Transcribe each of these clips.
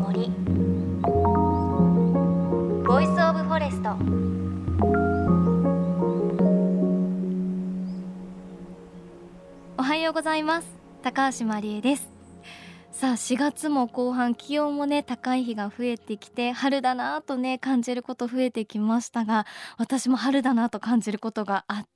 森ボイスオブフォレスト。おはようございます。高橋真理恵です。さあ4月も後半、気温もね高い日が増えてきて春だなとね感じること増えてきましたが、私も春だなと感じることがあって、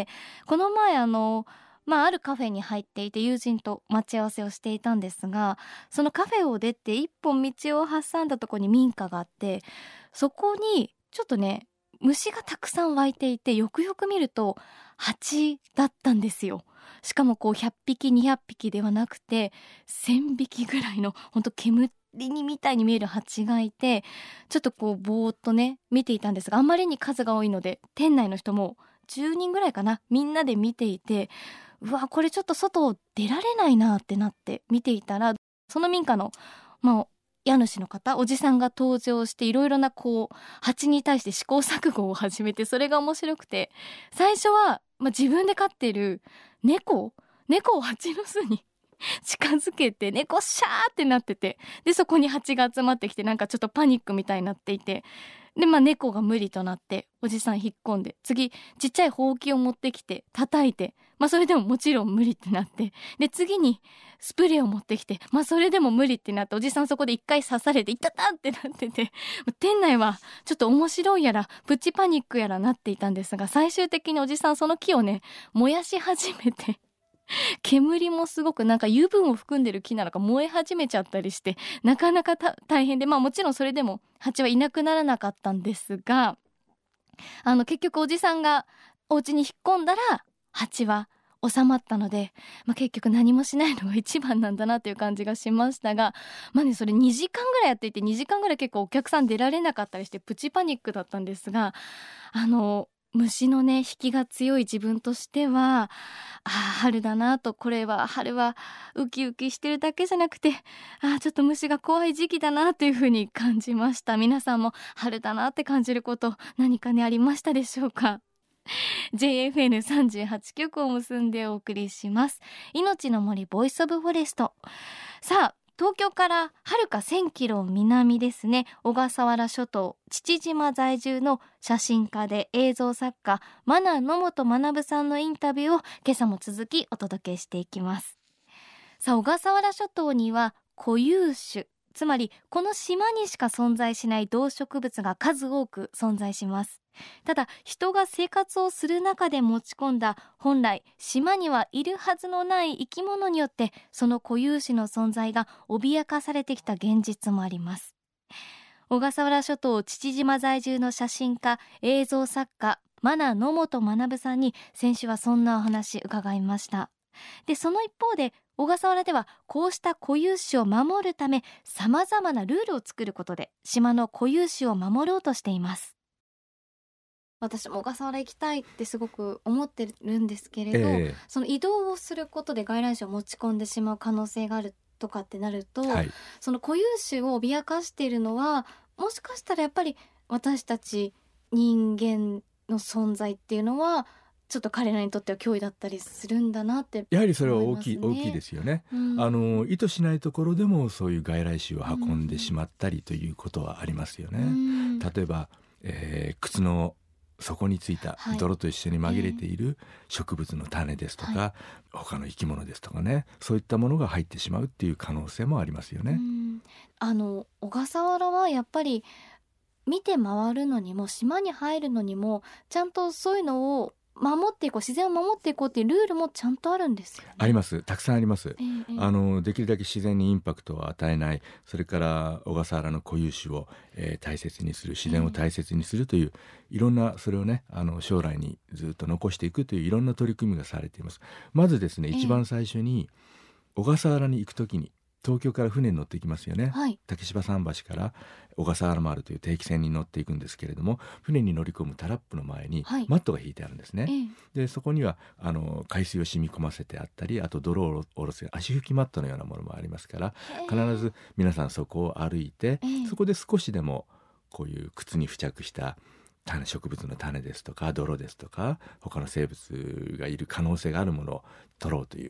この前あるカフェに入っていて友人と待ち合わせをしていたんですが、そのカフェを出て一本道を挟んだところに民家があって、そこにちょっとね虫がたくさん湧いていて、よくよく見ると蜂だったんですよ。しかもこう100匹200匹ではなくて1000匹ぐらいのほんと煙にみたいに見える蜂がいて、ちょっとこうぼーっとね見ていたんですが、あんまりに数が多いので店内の人も10人ぐらいかな、みんなで見ていて、うわこれちょっと外出られないなってなって見ていたら、その民家の家主の方、おじさんが登場して、いろいろな蜂に対して試行錯誤を始めて、それが面白くて、最初は、自分で飼ってる猫を蜂の巣に近づけて、猫シャーってなってて、でそこに蜂が集まってきて、なんかちょっとパニックみたいになっていて、で猫が無理となっておじさん引っ込んで、次ちっちゃいほうきを持ってきて叩いて、それでももちろん無理ってなって、で次にスプレーを持ってきて、それでも無理ってなって、おじさんそこで一回刺されて、いったたってなってて、店内はちょっと面白いやらプチパニックやらなっていたんですが、最終的におじさんその木をね燃やし始めて、煙もすごくなんか油分を含んでる木なのか燃え始めちゃったりして、なかなか大変で、もちろんそれでも蜂はいなくならなかったんですが、結局おじさんがお家に引っ込んだら蜂は収まったので、結局何もしないのが一番なんだなという感じがしましたが、それ2時間ぐらいやっていて、2時間ぐらい結構お客さん出られなかったりしてプチパニックだったんですが、虫のね引きが強い自分としては、春だなと、これは春はウキウキしてるだけじゃなくて、ちょっと虫が怖い時期だなというふうに感じました。皆さんも春だなって感じること何かねありましたでしょうか。JFN38 局を結んでお送りします。命の森ボイスオブフォレスト。さあ東京からはるか1000キロ南ですね、小笠原諸島父島在住の写真家で映像作家真名野本学さんのインタビューを今朝も続きお届けしていきます。さあ小笠原諸島には固有種、つまりこの島にしか存在しない動植物が数多く存在します。ただ人が生活をする中で持ち込んだ本来島にはいるはずのない生き物によって、その固有種の存在が脅かされてきた現実もあります。小笠原諸島父島在住の写真家映像作家真名野本学さんに先週はそんなお話伺いました。でその一方で小笠原ではこうした固有種を守るため、様々なルールを作ることで島の固有種を守ろうとしています。私も小笠原行きたいってすごく思ってるんですけれど、その移動をすることで外来種を持ち込んでしまう可能性があるとかってなると、その固有種を脅かしているのは、もしかしたらやっぱり私たち人間の存在っていうのはちょっと彼らにとっては脅威だったりするんだなって、 やはりそれは大きいですよね。意図しないところでもそういう外来種を運んでしまったりということはありますよね。例えば、靴の底についた泥と一緒に紛れている植物の種ですとか、他の生き物ですとかね、そういったものが入ってしまうっていう可能性もありますよね。 小笠原はやっぱり見て回るのにも島に入るのにもちゃんとそういうのを守っていこう、自然を守っていこうっていうルールもちゃんとあるんですよね。 あります。たくさんあります。できるだけ自然にインパクトを与えない、それから小笠原の固有種を、大切にする、自然を大切にするという、いろんなそれをね将来にずっと残していくといういろんな取り組みがされています。まずですね、一番最初に小笠原に行くときに東京から船に乗っていきますよね。竹芝桟橋から小笠原丸という定期船に乗っていくんですけれども、船に乗り込むタラップの前にマットが引いてあるんですね。でそこには海水を染み込ませてあったり、あと泥を下ろす足拭きマットのようなものもありますから、必ず皆さんそこを歩いて、そこで少しでもこういう靴に付着した植物の種ですとか泥ですとか他の生物がいる可能性があるものを取ろうという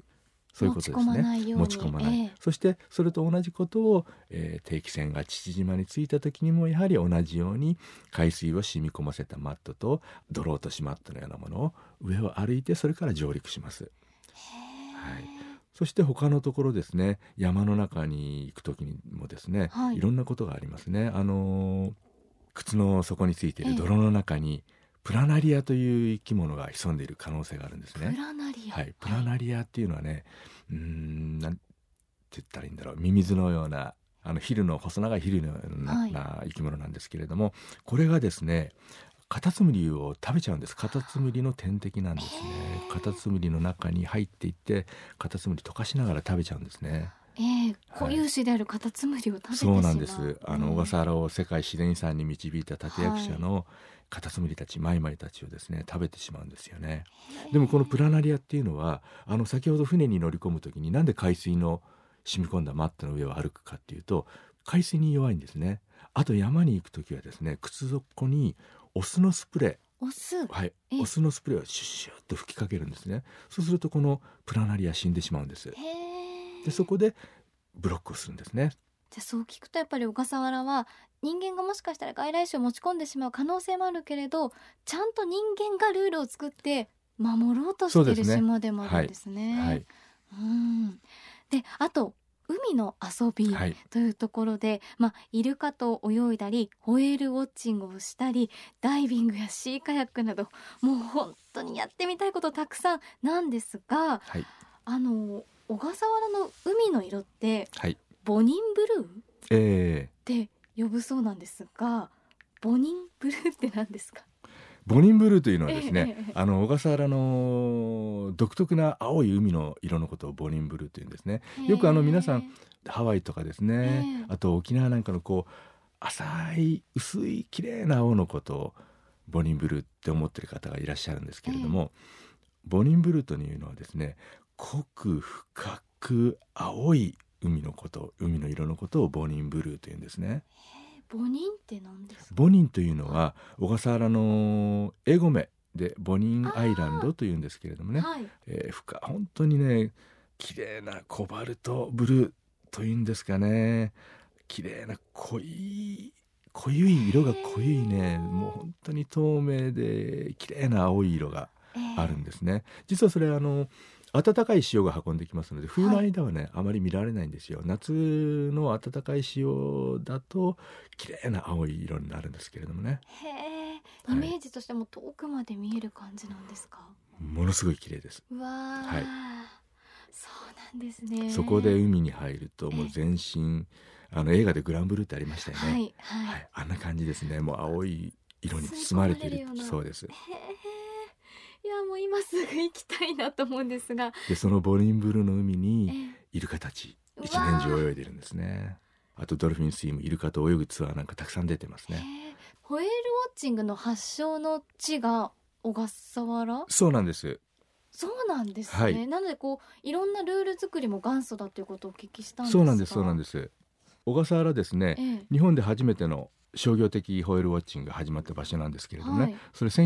そういうことですね。持ち込まない、そしてそれと同じことを、定期船が父島に着いた時にもやはり同じように海水を染み込ませたマットと泥落としマットのようなものを上を歩いて、それから上陸します。はい、そして他のところですね、山の中に行く時にもですね、いろんなことがありますね。靴の底についている泥の中にプラナリアという生き物が潜んでいる可能性があるんですね。 プラナリア、 はい、プラナリアっていうのはね、なんて言ったらいいんだろう、ミミズのようなヒルの細長いヒルのような生き物なんですけれども、これがですねカタツムリを食べちゃうんです。カタツムリの天敵なんですね。カタツムリの中に入っていってカタツムリ溶かしながら食べちゃうんですね。 固有種であるカタツムリを食べてしまう。 そうなんです。小笠原を世界自然遺産に導いた立役者のカタツムリたち、マイマイたちをですね食べてしまうんですよね。でもこのプラナリアっていうのは先ほど船に乗り込むときになんで海水の染み込んだマットの上を歩くかっていうと、海水に弱いんですね。あと山に行くときはですね、靴底にお酢のスプレー、お酢のスプレーをシュッシュッと吹きかけるんですね。そうするとこのプラナリア死んでしまうんです。でそこでブロックをするんですね。 じゃあそう聞くとやっぱり小笠原は人間がもしかしたら外来種を持ち込んでしまう可能性もあるけれど、ちゃんと人間がルールを作って守ろうとしている島でもあるんですね。であと海の遊びというところで、イルカと泳いだりホエールウォッチングをしたりダイビングやシーカヤックなど、もう本当にやってみたいことたくさんなんですが、小笠原の海の色って、ボニンブルーって呼ぶそうなんですが、ボニンブルーって何ですか？ ボニンブルーというのはですね、小笠原の独特な青い海の色のことをボニンブルーというんですね。よく皆さんハワイとかですね、あと沖縄なんかの浅い薄い綺麗な青のことをボニンブルーって思ってる方がいらっしゃるんですけれども、ボニンブルーというのはですね、濃く深く青い海の色のことをボニンブルーというんですね。 ボニンって何ですか？ ボニンというのは小笠原の英語名でボニンアイランドというんですけれどもね、本当にね綺麗なコバルトブルーというんですかね、綺麗な濃い色が濃いね、もう本当に透明で綺麗な青い色があるんですね。実はそれ暖かい潮が運んできますので、冬の間はね、あまり見られないんですよ。夏の暖かい潮だと綺麗な青い色になるんですけれどもね。 イメージとしても遠くまで見える感じなんですか？ ものすごい綺麗です。 うわ、そうなんですね。 そこで海に入るともう全身映画でグランブルーってありましたよね。あんな感じですね。もう青い色に包まれている。そうです。 いやもう今すぐ行きたいなと思うんですが、 でそのボニンブルーの海にイルカたち一年中泳いでるんですね。あとドルフィンスイム、イルカと泳ぐツアーなんかたくさん出てますね。 ホエールウォッチングの発祥の地が小笠原？ そうなんです。 そうなんですね。なのでいろんなルール作りも元祖だということをお聞きしたんですが。 そうなんです。小笠原ですね、日本で初めての商業的ホエールウォッチングが始まった場所なんですけれどもね、それ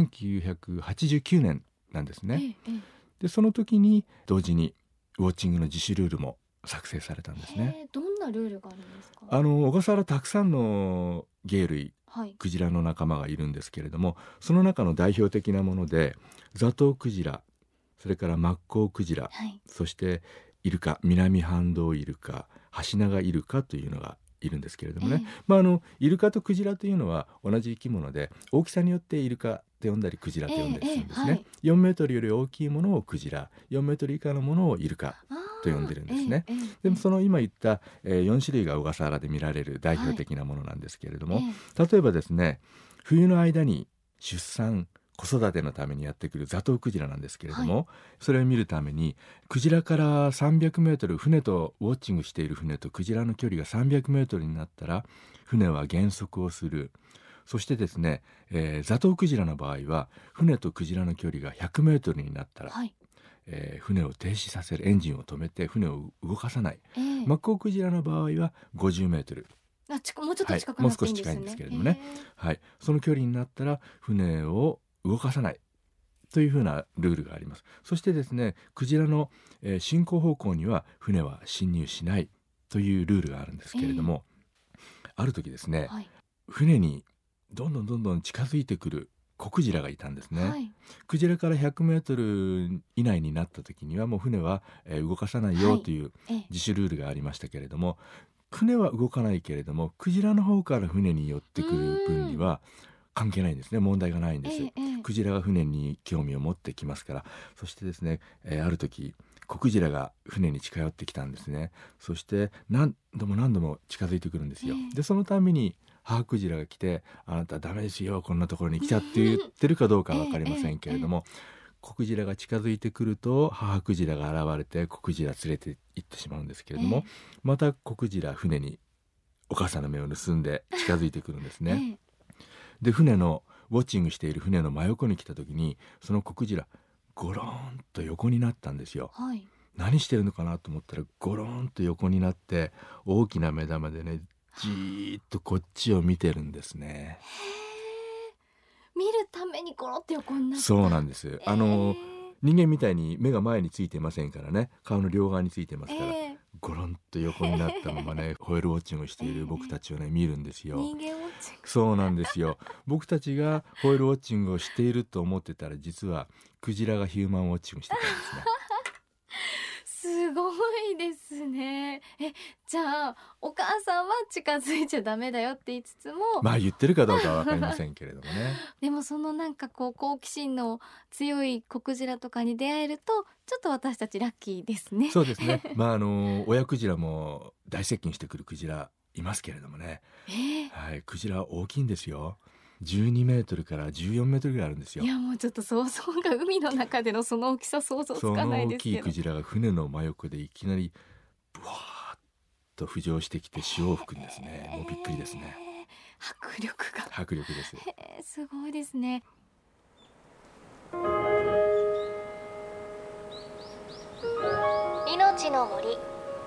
1989年なんですね。でその時に同時にウォッチングの自主ルールも作成されたんですね。 どんなルールがあるんですか？ 小笠原たくさんの鯨類、クジラの仲間がいるんですけれども、その中の代表的なものでザトウクジラ、それからマッコウクジラ、そしてイルカ、南半島イルカ、ハシナガイルカというのがいるんですけれどもね、イルカとクジラというのは同じ生き物で、大きさによってイルカと呼んだりクジラと呼んだりするんですね。4メートルより大きいものをクジラ、4メートル以下のものをイルカと呼んでるんですね。でもその今言った、4種類が小笠原で見られる代表的なものなんですけれども、例えばですね、冬の間に出産子育てのためにやってくるザトウクジラなんですけれども、それを見るためにクジラから300メートル、船とウォッチングしている船とクジラの距離が300メートルになったら船は減速をする。そしてですね、ザトウクジラの場合は船とクジラの距離が100メートルになったら、船を停止させる、エンジンを止めて船を動かさない。マッコウクジラの場合は50メートル、 もうちょっと近くなっていいんですね。もう少し近いんですけれどもね、その距離になったら船を動かさない、 というふうなルールがあります。そしてですね、クジラの、進行方向には船は進入しないというルールがあるんですけれども、ある時ですね、 はい、 船にどんどん近づいてくる子クジラがいたんですね、 はい、 クジラから100メートル以内になった時にはもう船は、動かさないよという自主ルールがありましたけれども、船は動かないけれどもクジラの方から船に寄ってくる分には関係ないんですね。問題がないんです、クジラが船に興味を持ってきますから。そしてですね、ある時子クジラが船に近寄ってきたんですね。そして何度も近づいてくるんですよ、でそのために母クジラが来て、あなたダメですよこんなところに来ちゃって言ってるかどうかは分かりませんけれども、子クジラが近づいてくると母クジラが現れて子クジラ連れて行ってしまうんですけれども、また子クジラ船にお母さんの目を盗んで近づいてくるんですね、で船のウォッチングしている船の真横に来た時にその子クジラゴローンと横になったんですよ、 はい、 何してるのかなと思ったらゴローンと横になって大きな目玉でねじーっとこっちを見てるんですね。 見るためにゴロって横になった。 そうなんです。人間みたいに目が前についてませんからね、顔の両側についてますから、ゴロンと横になったままねホエールウォッチングをしている僕たちをね見るんですよ。 人間ウォッチング。 そうなんですよ。僕たちがホエールウォッチングをしていると思ってたら実はクジラがヒューマンウォッチングしてたんですね。 すごいですね。じゃあお母さんは近づいちゃダメだよって言いつつも、 まあ言ってるかどうかは分かりませんけれどもねでもそのなんかこう好奇心の強い子クジラとかに出会えるとちょっと私たちラッキーですね。 そうですね。親クジラも大接近してくるクジラいますけれどもね、はい、クジラは大きいんですよ。12メートルから14メートルぐらいあるんですよ。 いやもうちょっと想像が海の中でのその大きさ想像つかないですけど、 その大きいクジラが船の真横でいきなりブワーッと浮上してきて潮を吹くんですね。もうびっくりですね。 迫力が。 迫力です。 すごいですね。命の森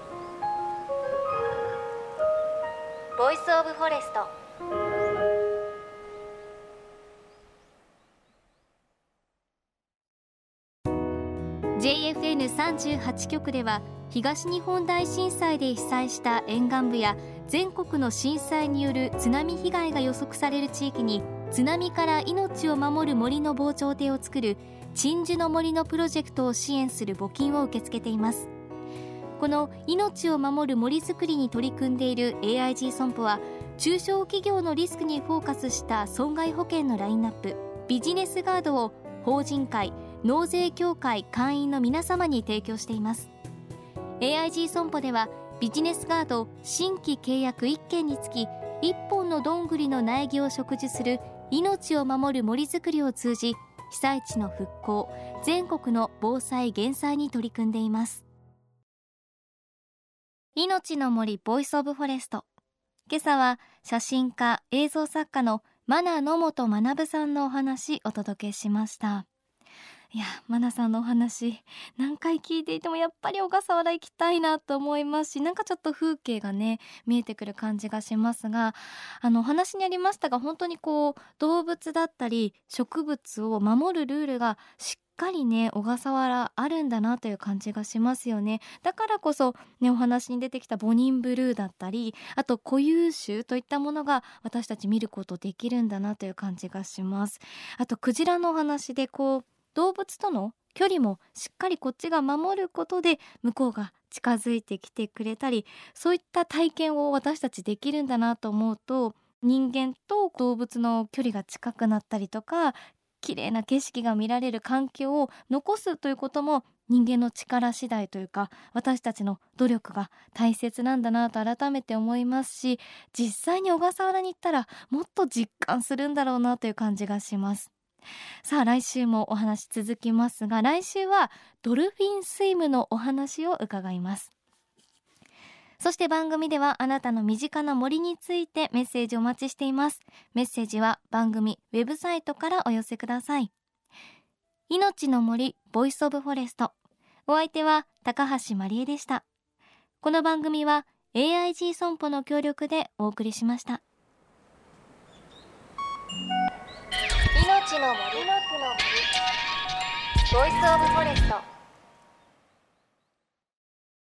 ボイスオブフォレスト。JFN38 局では東日本大震災で被災した沿岸部や全国の震災による津波被害が予測される地域に津波から命を守る森の防潮堤を作る鎮守の森のプロジェクトを支援する募金を受け付けています。この命を守る森づくりに取り組んでいる AIG 損保は中小企業のリスクにフォーカスした損害保険のラインナップビジネスガードを法人会納税協会会員の皆様に提供しています。 AIG 損保ではビジネスガード新規契約1件につき1本のどんぐりの苗木を植樹する命を守る森づくりを通じ被災地の復興全国の防災減災に取り組んでいます。命の森ボイスオブフォレスト。今朝は写真家映像作家のマナ野本学さんのお話お届けしました。いやマナさんのお話何回聞いていてもやっぱり小笠原行きたいなと思いますし、なんかちょっと風景がね見えてくる感じがしますが、お話にありましたが本当にこう動物だったり植物を守るルールがしっかりね小笠原あるんだなという感じがしますよね。だからこそねお話に出てきたボニンブルーだったりあと固有種といったものが私たち見ることできるんだなという感じがします。あとクジラのお話でこう動物との距離もしっかりこっちが守ることで向こうが近づいてきてくれたり、そういった体験を私たちできるんだなと思うと人間と動物の距離が近くなったりとか綺麗な景色が見られる環境を残すということも人間の力次第というか私たちの努力が大切なんだなと改めて思いますし、実際に小笠原に行ったらもっと実感するんだろうなという感じがします。さあ来週もお話続きますが、来週はドルフィンスイムのお話を伺います。そして番組ではあなたの身近な森についてメッセージお待ちしています。メッセージは番組ウェブサイトからお寄せください。命の森ボイスオブフォレスト、お相手は高橋まりえでした。この番組は AIG 損保の協力でお送りしました。命の森ボイスオブフォレスト。